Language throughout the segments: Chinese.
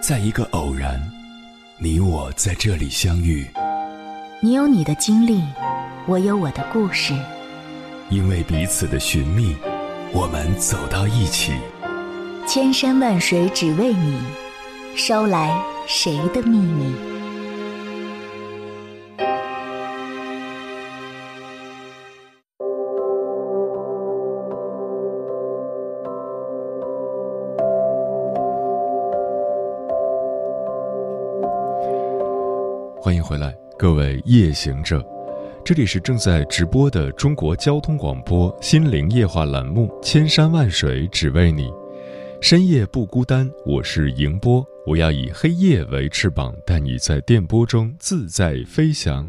在一个偶然，你我在这里相遇。 你有你的经历，我有我的故事。 因为彼此的寻觅，我们走到一起。 千山万水只为你，捎来谁的秘密？ 欢迎回来，各位夜行者，这里是正在直播的中国交通广播心灵夜话栏目《千山万水只为你》，深夜不孤单，我是迎波，我要以黑夜为翅膀，带你在电波中自在飞翔。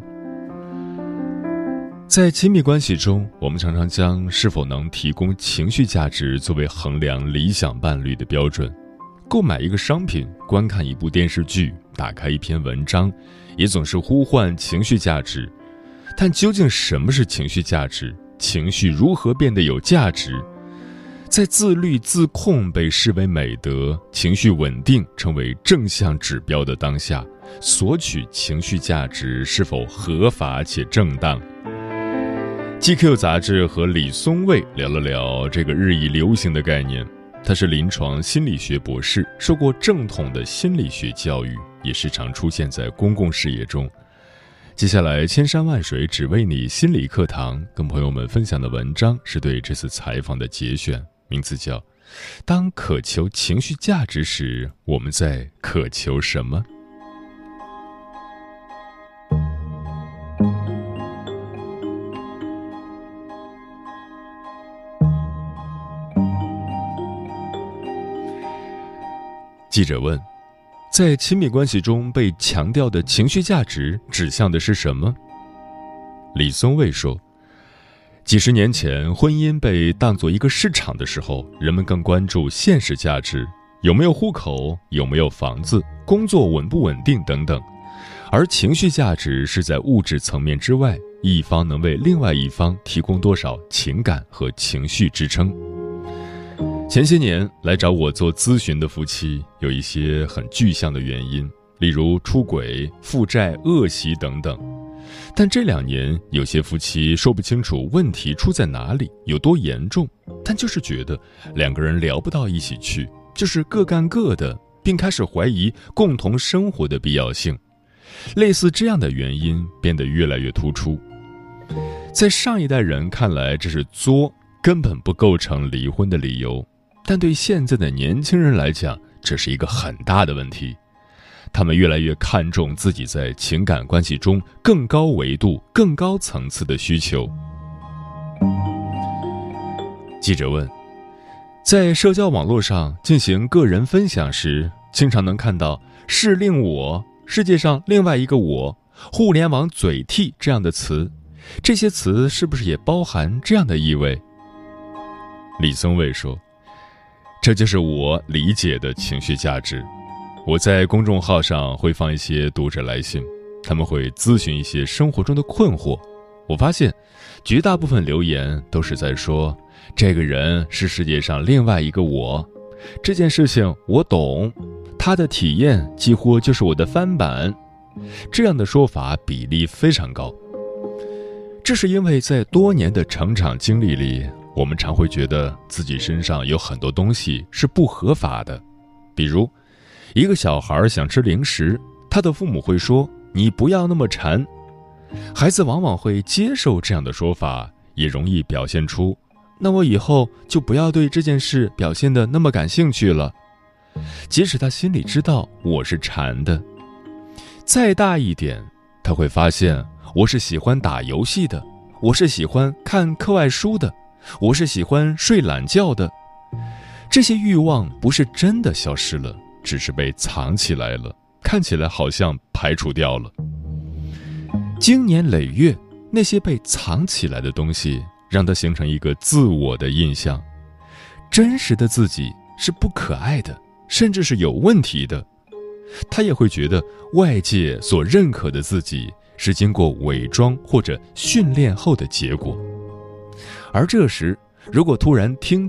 在亲密关系中，我们常常将是否能提供情绪价值作为衡量理想伴侣的标准。购买一个商品，观看一部电视剧，打开一篇文章，也总是呼唤情绪价值。但究竟什么是情绪价值？情绪如何变得有价值？在自律自控被视为美德，情绪稳定成为正向指标的当下，索取情绪价值是否合法且正当？GQ 杂志和李松蔚聊了聊这个日益流行的概念。他是临床心理学博士，受过正统的心理学教育，也时常出现在公共视野中。接下来千山万水只为你心理课堂跟朋友们分享的文章是对这次采访的节选，名字叫《当渴求情绪价值时，我们在渴求什么》。记者问，在亲密关系中被强调的情绪价值指向的是什么？李松蔚说，几十年前婚姻被当作一个市场的时候，人们更关注现实价值，有没有户口，有没有房子，工作稳不稳定等等，而情绪价值是在物质层面之外，一方能为另外一方提供多少情感和情绪支撑。前些年来找我做咨询的夫妻有一些很具象的原因，例如出轨、负债、恶习等等。但这2年有些夫妻说不清楚问题出在哪里，有多严重，但就是觉得2个人聊不到一起去，就是各干各的，并开始怀疑共同生活的必要性。类似这样的原因变得越来越突出。在上一代人看来，这是作，根本不构成离婚的理由。但对现在的年轻人来讲，这是一个很大的问题。他们越来越看重自己在情感关系中更高维度、更高层次的需求。记者问，在社交网络上进行个人分享时，经常能看到是另我、世界上另外一个我、互联网嘴替这样的词，这些词是不是也包含这样的意味？李松蔚说，这就是我理解的情绪价值。我在公众号上会放一些读者来信，他们会咨询一些生活中的困惑。我发现绝大部分留言都是在说，这个人是世界上另外一个我，这件事情我懂，他的体验几乎就是我的翻版。这样的说法比例非常高。这是因为在多年的成长经历里，我们常会觉得自己身上有很多东西是不合法的。比如一个小孩想吃零食，他的父母会说，你不要那么馋。孩子往往会接受这样的说法，也容易表现出，那我以后就不要对这件事表现得那么感兴趣了。即使他心里知道我是馋的。再大一点，他会发现我是喜欢打游戏的，我是喜欢看课外书的，我是喜欢睡懒觉的。这些欲望不是真的消失了，只是被藏起来了，看起来好像排除掉了。经年累月，那些被藏起来的东西让它形成一个自我的印象。真实的自己是不可爱的，甚至是有问题的。他也会觉得外界所认可的自己是经过伪装或者训练后的结果。而这时，如果突然听到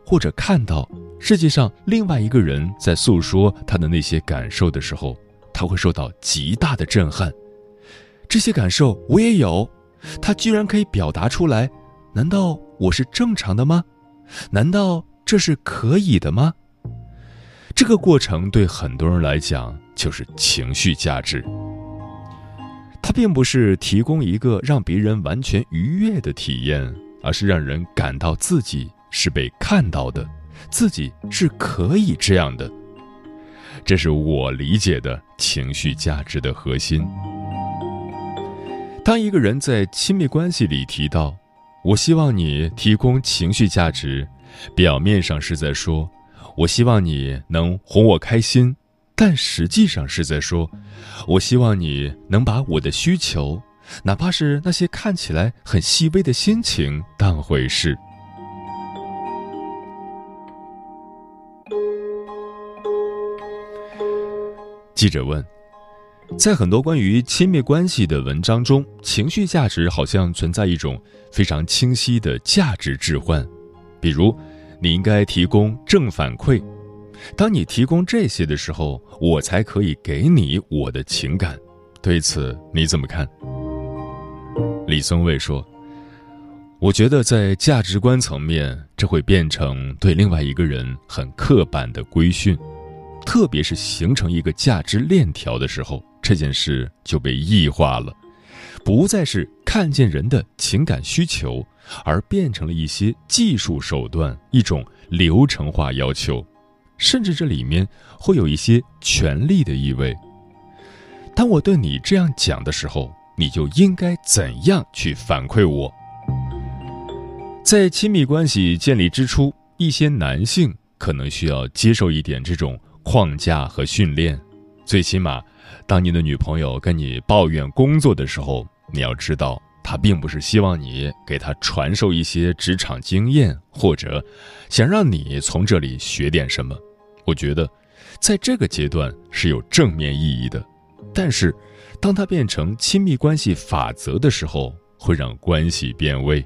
或者看到世界上另外一个人在诉说他的那些感受的时候，他会受到极大的震撼。这些感受我也有，他居然可以表达出来，难道我是正常的吗？难道这是可以的吗？这个过程对很多人来讲就是情绪价值。它并不是提供一个让别人完全愉悦的体验，而是让人感到自己是被看到的，自己是可以这样的。这是我理解的情绪价值的核心。当一个人在亲密关系里提到我希望你提供情绪价值，表面上是在说我希望你能哄我开心，但实际上是在说我希望你能把我的需求，哪怕是那些看起来很细微的心情当回事。记者问，在很多关于亲密关系的文章中，情绪价值好像存在一种非常清晰的价值置换，比如你应该提供正反馈，当你提供这些的时候，我才可以给你我的情感。对此你怎么看？李松蔚说，我觉得在价值观层面，这会变成对另外一个人很刻板的规训，特别是形成一个价值链条的时候，这件事就被异化了，不再是看见人的情感需求，而变成了一些技术手段，一种流程化要求，甚至这里面会有一些权力的意味。当我对你这样讲的时候，你就应该怎样去反馈我。在亲密关系建立之初，一些男性可能需要接受一点这种框架和训练，最起码当你的女朋友跟你抱怨工作的时候，你要知道她并不是希望你给她传授一些职场经验，或者想让你从这里学点什么。我觉得在这个阶段是有正面意义的，但是当它变成亲密关系法则的时候，会让关系变味。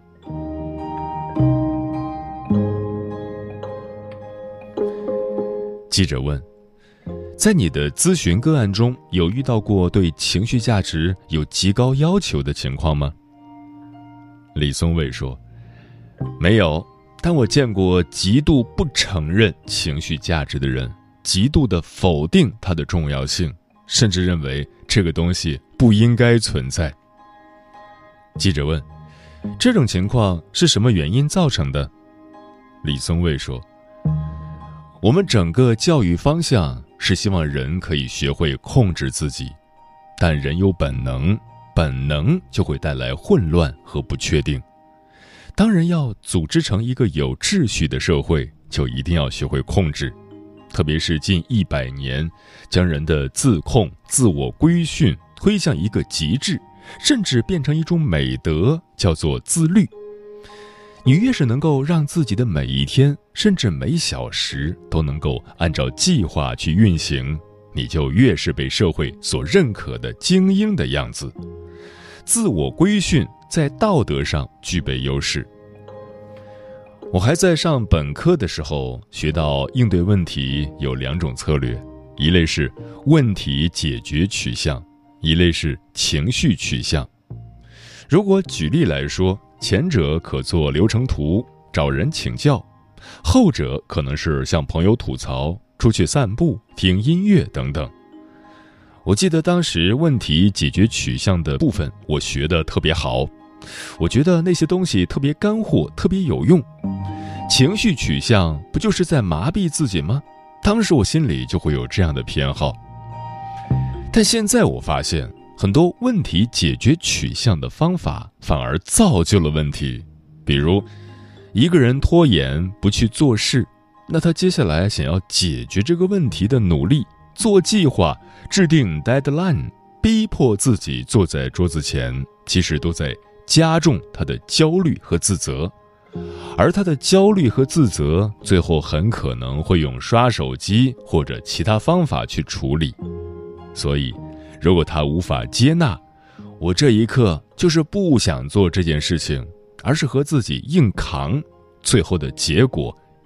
记者问，在你的咨询个案中，有遇到过对情绪价值有极高要求的情况吗？李松蔚说，没有，但我见过极度不承认情绪价值的人，极度的否定它的重要性，甚至认为这个东西不应该存在。记者问，这种情况是什么原因造成的？李松蔚说，我们整个教育方向是希望人可以学会控制自己，但人有本能，本能就会带来混乱和不确定。当人要组织成一个有秩序的社会，就一定要学会控制，特别是近100年，将人的自控、自我规训推向一个极致，甚至变成一种美德，叫做自律。你越是能够让自己的每一天，甚至每小时都能够按照计划去运行，你就越是被社会所认可的精英的样子。自我规训在道德上具备优势。我还在上本科的时候学到应对问题有2种策略，一类是问题解决取向，一类是情绪取向。如果举例来说，前者可做流程图，找人请教，后者可能是向朋友吐槽，出去散步，听音乐等等。我记得当时问题解决取向的部分我学得特别好，我觉得那些东西特别干货，特别有用。情绪取向不就是在麻痹自己吗？当时我心里就会有这样的偏好。但现在我发现，很多问题解决取向的方法反而造就了问题。比如一个人拖延不去做事，那他接下来想要解决这个问题的努力，做计划，制定 deadline， 逼迫自己坐在桌子前，其实都在加重他的焦虑和自责。而他的焦虑和自责最后很可能会用刷手机或者其他方法去处理。所以如果他无法接纳我这一刻就是不想做这件事情，而是和自己硬扛，最后的结果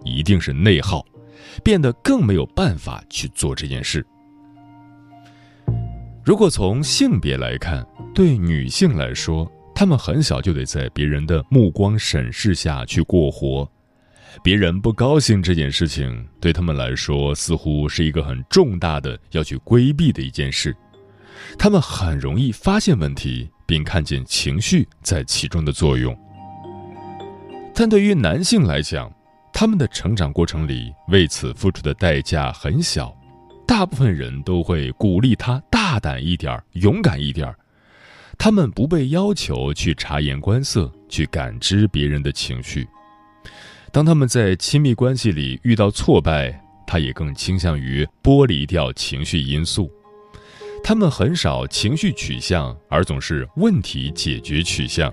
一定是内耗，变得更没有办法去做这件事。如果从性别来看，对女性来说，她们很小就得在别人的目光审视下去过活，别人不高兴这件事情对她们来说似乎是一个很重大的要去规避的一件事，她们很容易发现问题，并看见情绪在其中的作用。但对于男性来讲，他们的成长过程里为此付出的代价很小，大部分人都会鼓励他大胆一点，勇敢一点。他们不被要求去察言观色，去感知别人的情绪。当他们在亲密关系里遇到挫败，他也更倾向于剥离掉情绪因素。他们很少情绪取向，而总是问题解决取向。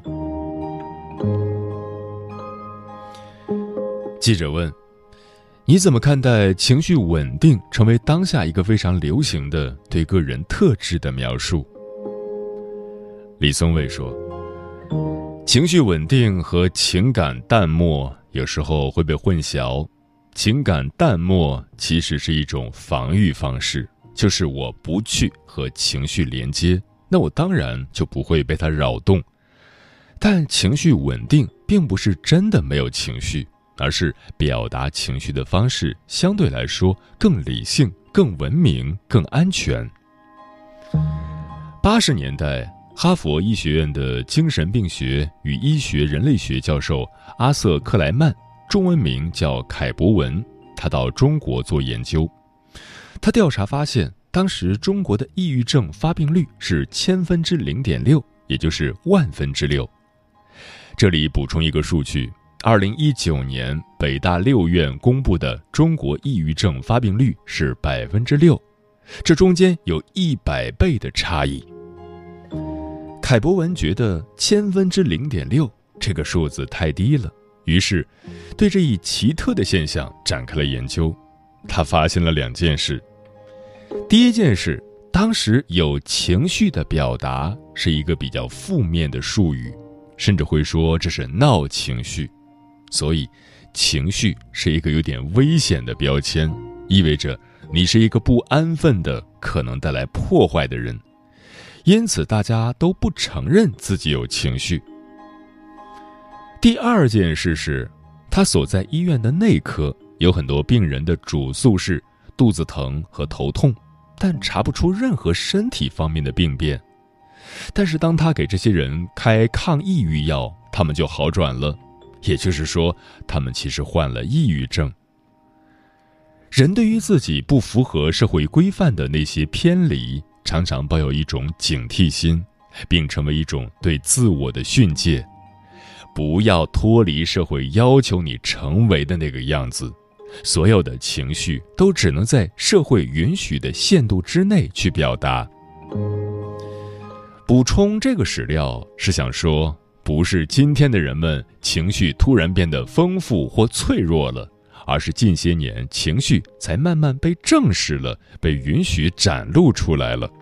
记者问：你怎么看待情绪稳定成为当下一个非常流行的对个人特质的描述？李松蔚说，情绪稳定和情感淡漠有时候会被混淆。情感淡漠其实是一种防御方式，就是我不去和情绪连接，那我当然就不会被它扰动。但情绪稳定并不是真的没有情绪，而是表达情绪的方式相对来说更理性、更文明、更安全。80年代，哈佛医学院的精神病学与医学人类学教授阿瑟·克莱曼，中文名叫凯博文，他到中国做研究。他调查发现，当时中国的抑郁症发病率是0.6%，也就是6,000,000。这里补充一个数据，2019年北大6院公布的中国抑郁症发病率是6%，这中间有100倍的差异。凯博文觉得0.6%这个数字太低了，于是对这一奇特的现象展开了研究。他发现了2件事。第一件事，当时有情绪的表达是一个比较负面的术语，甚至会说这是闹情绪，所以情绪是一个有点危险的标签，意味着你是一个不安分的，可能带来破坏的人。因此大家都不承认自己有情绪。第二件事是，他所在医院的内科有很多病人的主诉是肚子疼和头痛，但查不出任何身体方面的病变。但是当他给这些人开抗抑郁药，他们就好转了，也就是说，他们其实患了抑郁症。人对于自己不符合社会规范的那些偏离，常常抱有一种警惕心，并成为一种对自我的训诫。不要脱离社会要求你成为的那个样子，所有的情绪都只能在社会允许的限度之内去表达。补充这个史料是想说，不是今天的人们情绪突然变得丰富或脆弱了，而是近些年情绪才慢慢被正视了，被允许展露出来了。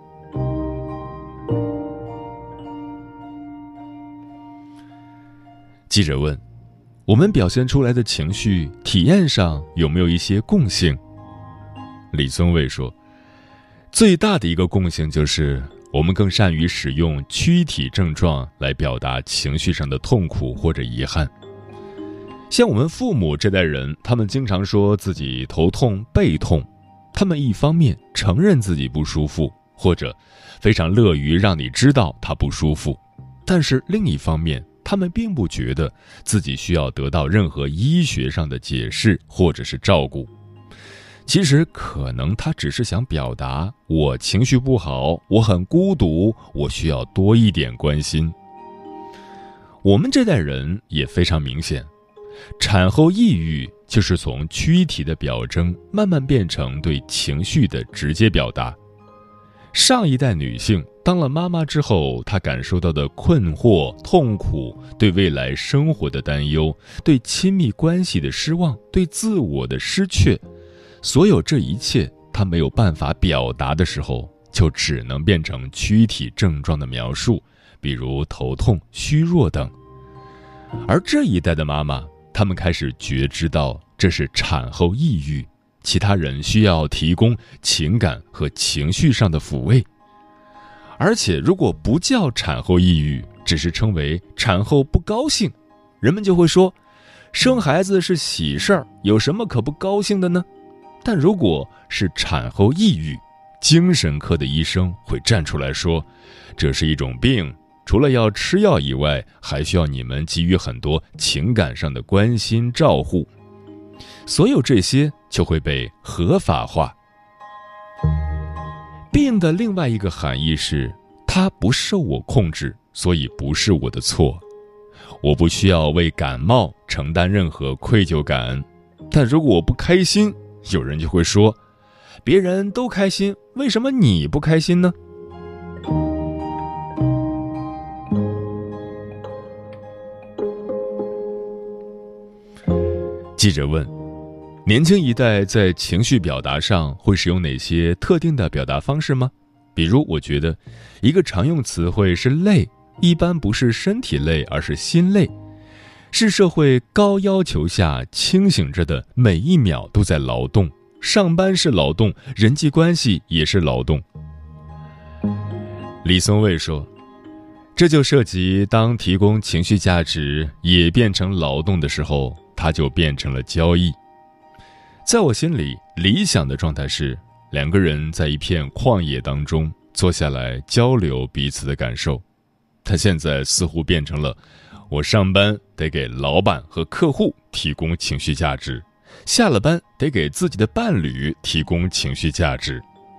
记者问，我们表现出来的情绪体验上有没有一些共性？李松蔚说，最大的一个共性就是我们更善于使用躯体症状来表达情绪上的痛苦或者遗憾。像我们父母这代人，他们经常说自己头痛、背痛，他们一方面承认自己不舒服，或者非常乐于让你知道他不舒服，但是另一方面，他们并不觉得自己需要得到任何医学上的解释或者是照顾。其实可能他只是想表达，我情绪不好，我很孤独，我需要多一点关心。我们这代人也非常明显，产后抑郁就是从躯体的表征慢慢变成对情绪的直接表达。上一代女性当了妈妈之后，她感受到的困惑、痛苦，对未来生活的担忧，对亲密关系的失望，对自我的失却，所有这一切她没有办法表达的时候，就只能变成躯体症状的描述，比如头痛、虚弱等。而这一代的妈妈，她们开始觉知到这是产后抑郁，其他人需要提供情感和情绪上的抚慰。而且如果不叫产后抑郁，只是称为产后不高兴，人们就会说，生孩子是喜事儿，有什么可不高兴的呢？但如果是产后抑郁，精神科的医生会站出来说，这是一种病，除了要吃药以外，还需要你们给予很多情感上的关心照护。所有这些就会被合法化。病的另外一个含义是，它不受我控制，所以不是我的错。我不需要为感冒承担任何愧疚感。但如果我不开心，有人就会说，别人都开心，为什么你不开心呢？记者问，年轻一代在情绪表达上会使用哪些特定的表达方式吗？比如，我觉得一个常用词汇是累，一般不是身体累，而是心累，是社会高要求下清醒着的每一秒都在劳动，上班是劳动，人际关系也是劳动。李松蔚说，这就涉及当提供情绪价值也变成劳动的时候，它就变成了交易。在我心里，理想的状态是两个人在一片旷野当中坐下来交流彼此的感受，但现在似乎变成了我上班得给老板和客户提供情绪价值，下了班得给自己的伴侣提供情绪价值。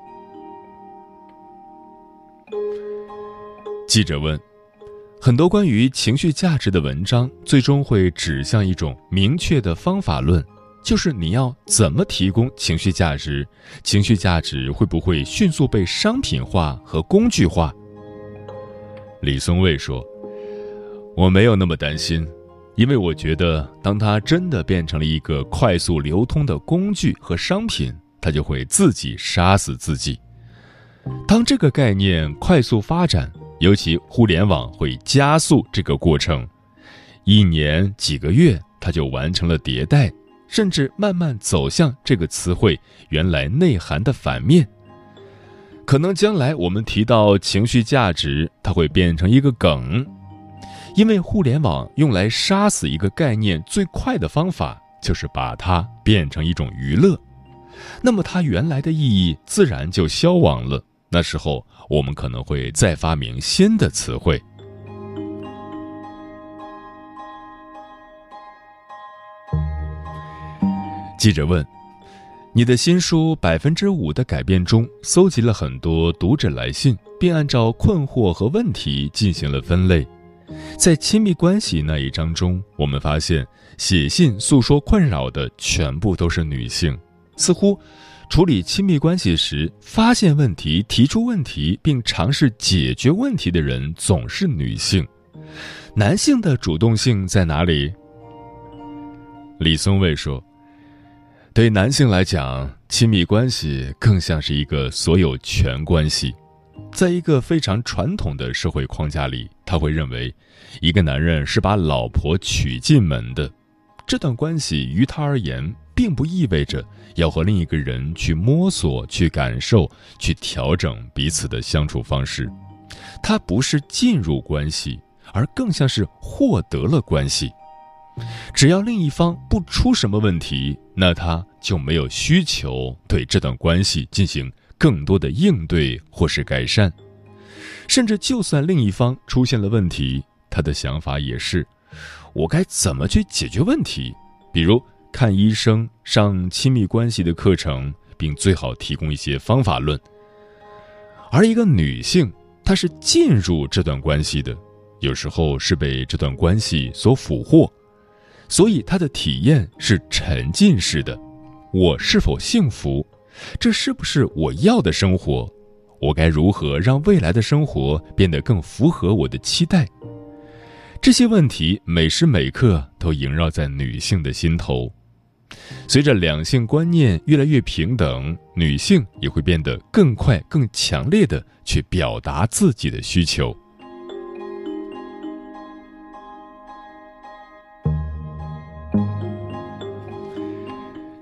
记者问，很多关于情绪价值的文章最终会指向一种明确的方法论，就是你要怎么提供情绪价值，情绪价值会不会迅速被商品化和工具化？李松蔚说，我没有那么担心，因为我觉得当它真的变成了一个快速流通的工具和商品，它就会自己杀死自己。当这个概念快速发展，尤其互联网会加速这个过程，1年几个月它就完成了迭代，甚至慢慢走向这个词汇原来内涵的反面。可能将来我们提到情绪价值，它会变成一个梗，因为互联网用来杀死一个概念最快的方法，就是把它变成一种娱乐，那么它原来的意义自然就消亡了。那时候我们可能会再发明新的词汇。记者问，你的新书5%的改变中搜集了很多读者来信，并按照困惑和问题进行了分类。在亲密关系那一章中，我们发现写信诉说困扰的全部都是女性，似乎处理亲密关系时，发现问题、提出问题并尝试解决问题的人总是女性。男性的主动性在哪里？李松蔚说，对男性来讲，亲密关系更像是一个所有权关系。在一个非常传统的社会框架里，他会认为一个男人是把老婆娶进门的，这段关系于他而言并不意味着要和另一个人去摸索、去感受、去调整彼此的相处方式。它不是进入关系，而更像是获得了关系。只要另一方不出什么问题，那他就没有需求对这段关系进行更多的应对或是改善。甚至就算另一方出现了问题，他的想法也是，我该怎么去解决问题？比如看医生、上亲密关系的课程，并最好提供一些方法论。而一个女性，她是进入这段关系的，有时候是被这段关系所俘获，所以她的体验是沉浸式的。我是否幸福？这是不是我要的生活？我该如何让未来的生活变得更符合我的期待？这些问题每时每刻都萦绕在女性的心头。随着两性观念越来越平等，女性也会变得更快、更强烈地去表达自己的需求。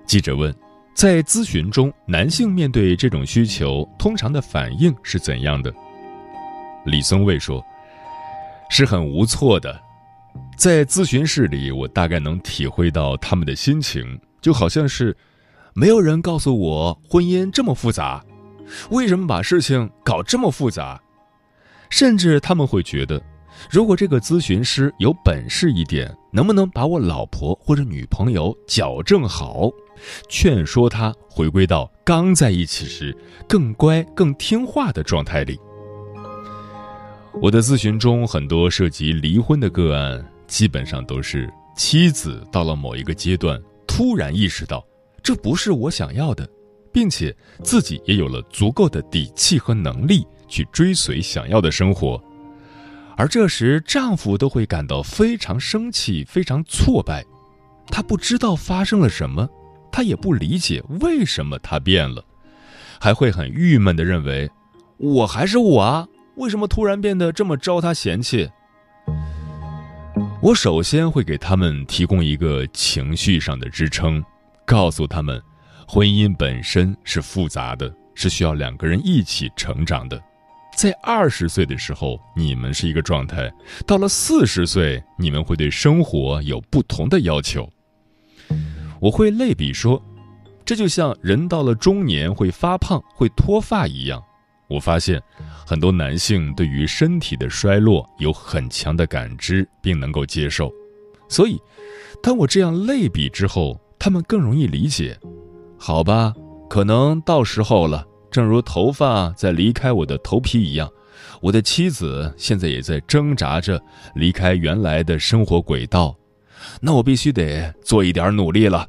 记者问，在咨询中，男性面对这种需求，通常的反应是怎样的？李松蔚说，是很无措的。在咨询室里，我大概能体会到他们的心情，就好像是没有人告诉我婚姻这么复杂，为什么把事情搞这么复杂？甚至他们会觉得，如果这个咨询师有本事一点，能不能把我老婆或者女朋友矫正好，劝说她回归到刚在一起时更乖更听话的状态里。我的咨询中很多涉及离婚的个案，基本上都是妻子到了某一个阶段突然意识到这不是我想要的，并且自己也有了足够的底气和能力去追随想要的生活，而这时丈夫都会感到非常生气非常挫败，他不知道发生了什么，他也不理解为什么他变了，还会很郁闷地认为我还是我啊，为什么突然变得这么招他嫌弃？我首先会给他们提供一个情绪上的支撑，告诉他们婚姻本身是复杂的，是需要两个人一起成长的。在20岁的时候，你们是一个状态，到了40岁，你们会对生活有不同的要求。我会类比说，这就像人到了中年会发胖会脱发一样，我发现很多男性对于身体的衰落有很强的感知并能够接受，所以当我这样类比之后，他们更容易理解。好吧，可能到时候了，正如头发在离开我的头皮一样，我的妻子现在也在挣扎着离开原来的生活轨道，那我必须得做一点努力了。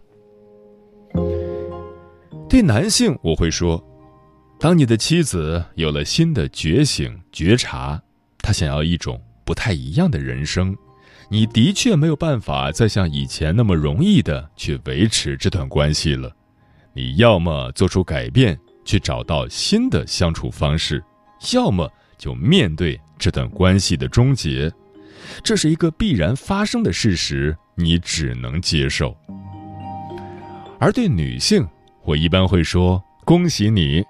对男性我会说，当你的妻子有了新的觉醒觉察，她想要一种不太一样的人生，你的确没有办法再像以前那么容易的去维持这段关系了，你要么做出改变，去找到新的相处方式，要么就面对这段关系的终结，这是一个必然发生的事实，你只能接受。而对女性，我一般会说恭喜你。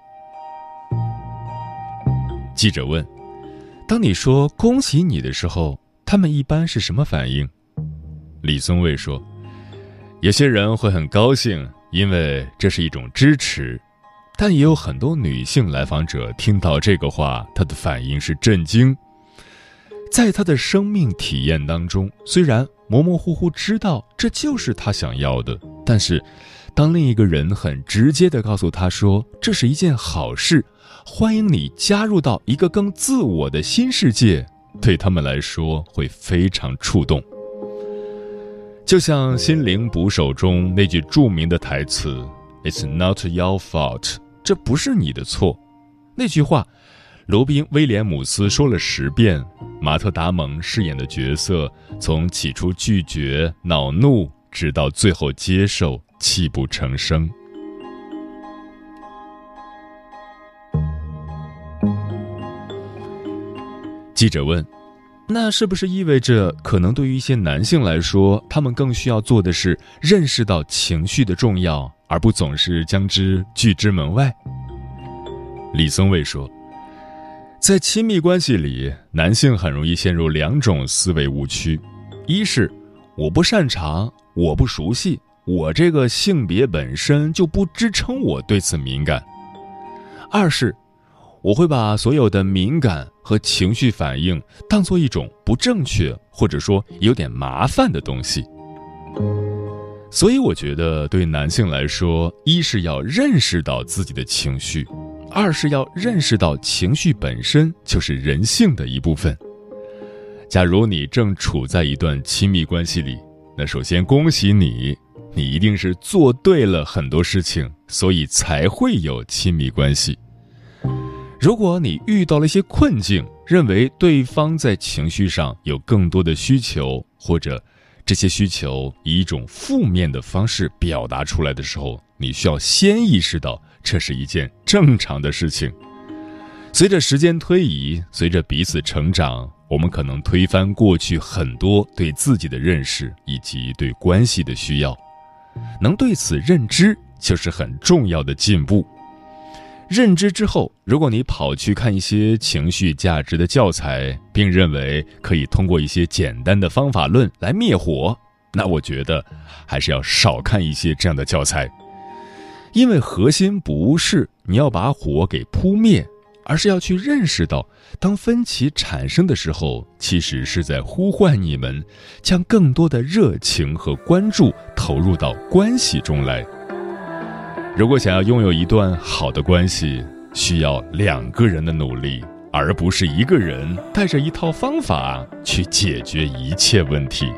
记者问，当你说恭喜你的时候，他们一般是什么反应？李松蔚说，有些人会很高兴，因为这是一种支持，但也有很多女性来访者听到这个话，她的反应是震惊。在她的生命体验当中，虽然模模糊糊知道这就是她想要的，但是当另一个人很直接地告诉她说，这是一件好事，欢迎你加入到一个更自我的新世界，对他们来说会非常触动。就像《心灵捕手》中那句著名的台词 It's not your fault， 这不是你的错。那句话罗宾·威廉姆斯说了10遍，马特·达蒙饰演的角色从起初拒绝恼怒，直到最后接受，泣不成声。记者问，那是不是意味着可能对于一些男性来说，他们更需要做的是认识到情绪的重要，而不总是将之拒之门外？李松蔚说，在亲密关系里，男性很容易陷入2种思维误区，一是我不擅长，我不熟悉，我这个性别本身就不支撑我对此敏感；二是我会把所有的敏感和情绪反应当作一种不正确或者说有点麻烦的东西。所以我觉得对男性来说，一是要认识到自己的情绪，二是要认识到情绪本身就是人性的一部分。假如你正处在一段亲密关系里，那首先恭喜你，你一定是做对了很多事情，所以才会有亲密关系。如果你遇到了一些困境，认为对方在情绪上有更多的需求，或者这些需求以一种负面的方式表达出来的时候，你需要先意识到这是一件正常的事情。随着时间推移，随着彼此成长，我们可能推翻过去很多对自己的认识以及对关系的需要。 能对此认知就是很重要的进步。认知之后，如果你跑去看一些情绪价值的教材，并认为可以通过一些简单的方法论来灭火，那我觉得还是要少看一些这样的教材。因为核心不是你要把火给扑灭，而是要去认识到，当分歧产生的时候，其实是在呼唤你们将更多的热情和关注投入到关系中来。如果想要拥有一段好的关系，需要2个人的努力，而不是1个人带着一套方法去解决一切问题。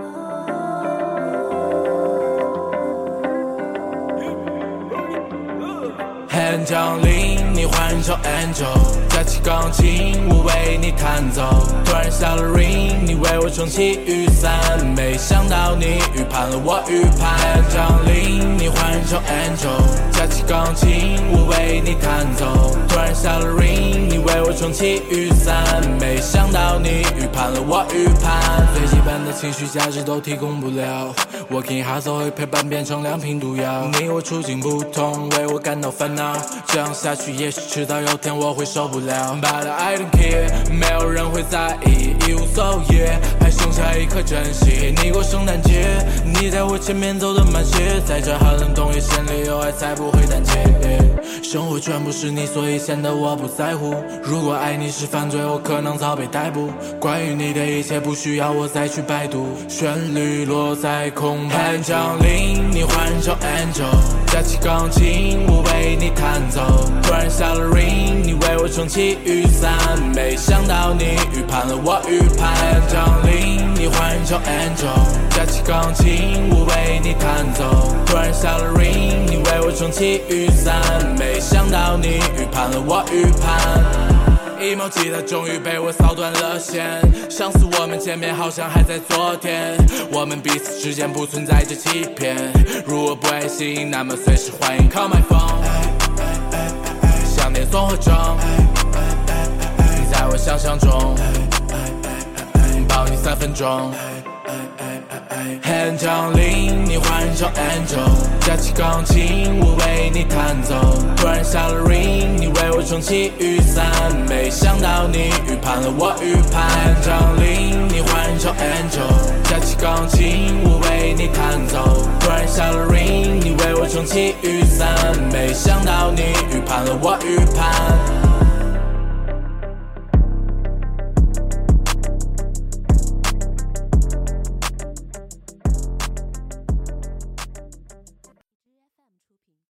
hand 降临，你换成 angel， 架起钢琴，我为你弹奏。突然下了 ring， 你为我撑起雨伞，没想到你预判了我预判。hand 降临，你换成 angel， 架起钢琴，我为你弹奏。突然下了 ring， 你为我撑起雨伞，没想到你预判了我预判。最基本的情绪价值都提供不了，Working hard 总会陪伴变成2瓶毒药。你我处境不同，为我感到烦恼，这样下去也许迟早有天我会受不了。 But I don't care， 没有人会在意，一无所有，还剩下一颗珍惜。你过圣诞节，你在我前面走得慢些，在这寒冷冬夜心里有爱才不会胆怯。生活全部是你，所以显得我不在乎。如果爱你是犯罪，我可能早被逮捕。关于你的一切不需要我再去百度，旋律落在空白。hand 降临，你换成 angel， 架起钢琴，我为你弹奏。突然下了 ring， 你为我撑起雨伞，没想到你预判了我预判。hand 降临，你换成 angel， 架起钢琴，我为你弹奏。突然下了 ring， 你为我撑起雨伞，没想到你预判了我预判。emo 吉他终于被我扫断了线，上次我们见面好像还在昨天，我们彼此之间不存在着欺骗。如果不爱惜，那么随时欢迎 call my phone， 想念综合症，你在我想象中，抱你3分钟。hand 降临，你换成 angel， 架起钢琴，我为你弹奏。突然下了 ring， 你为我撑起雨伞，没想到你预判了我预判。hand 降临，你换成 angel， 架起钢琴，我为你弹奏。突然下了 ring， 你为我撑起雨伞，没想到你预判了我预判。